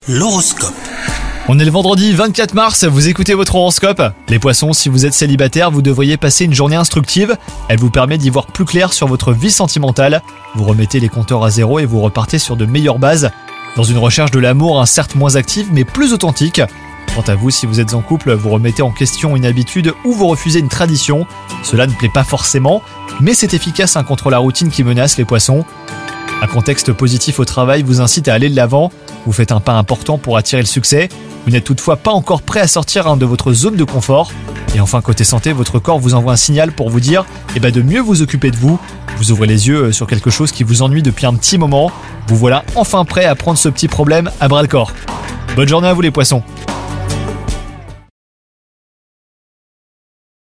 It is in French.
L'horoscope. On est le vendredi 24 mars, vous écoutez votre horoscope. Les poissons, si vous êtes célibataire, vous devriez passer une journée instructive. Elle vous permet d'y voir plus clair sur votre vie sentimentale. Vous remettez les compteurs à zéro et vous repartez sur de meilleures bases. Dans une recherche de l'amour, certes moins active, mais plus authentique. Quant à vous, si vous êtes en couple, vous remettez en question une habitude ou vous refusez une tradition. Cela ne plaît pas forcément, mais c'est efficace contre la routine qui menace les poissons. Un contexte positif au travail vous incite à aller de l'avant. Vous faites un pas important pour attirer le succès. Vous n'êtes toutefois pas encore prêt à sortir de votre zone de confort. Et enfin, côté santé, votre corps vous envoie un signal pour vous dire de mieux vous occuper de vous. Vous ouvrez les yeux sur quelque chose qui vous ennuie depuis un petit moment. Vous voilà enfin prêt à prendre ce petit problème à bras le corps. Bonne journée à vous les poissons.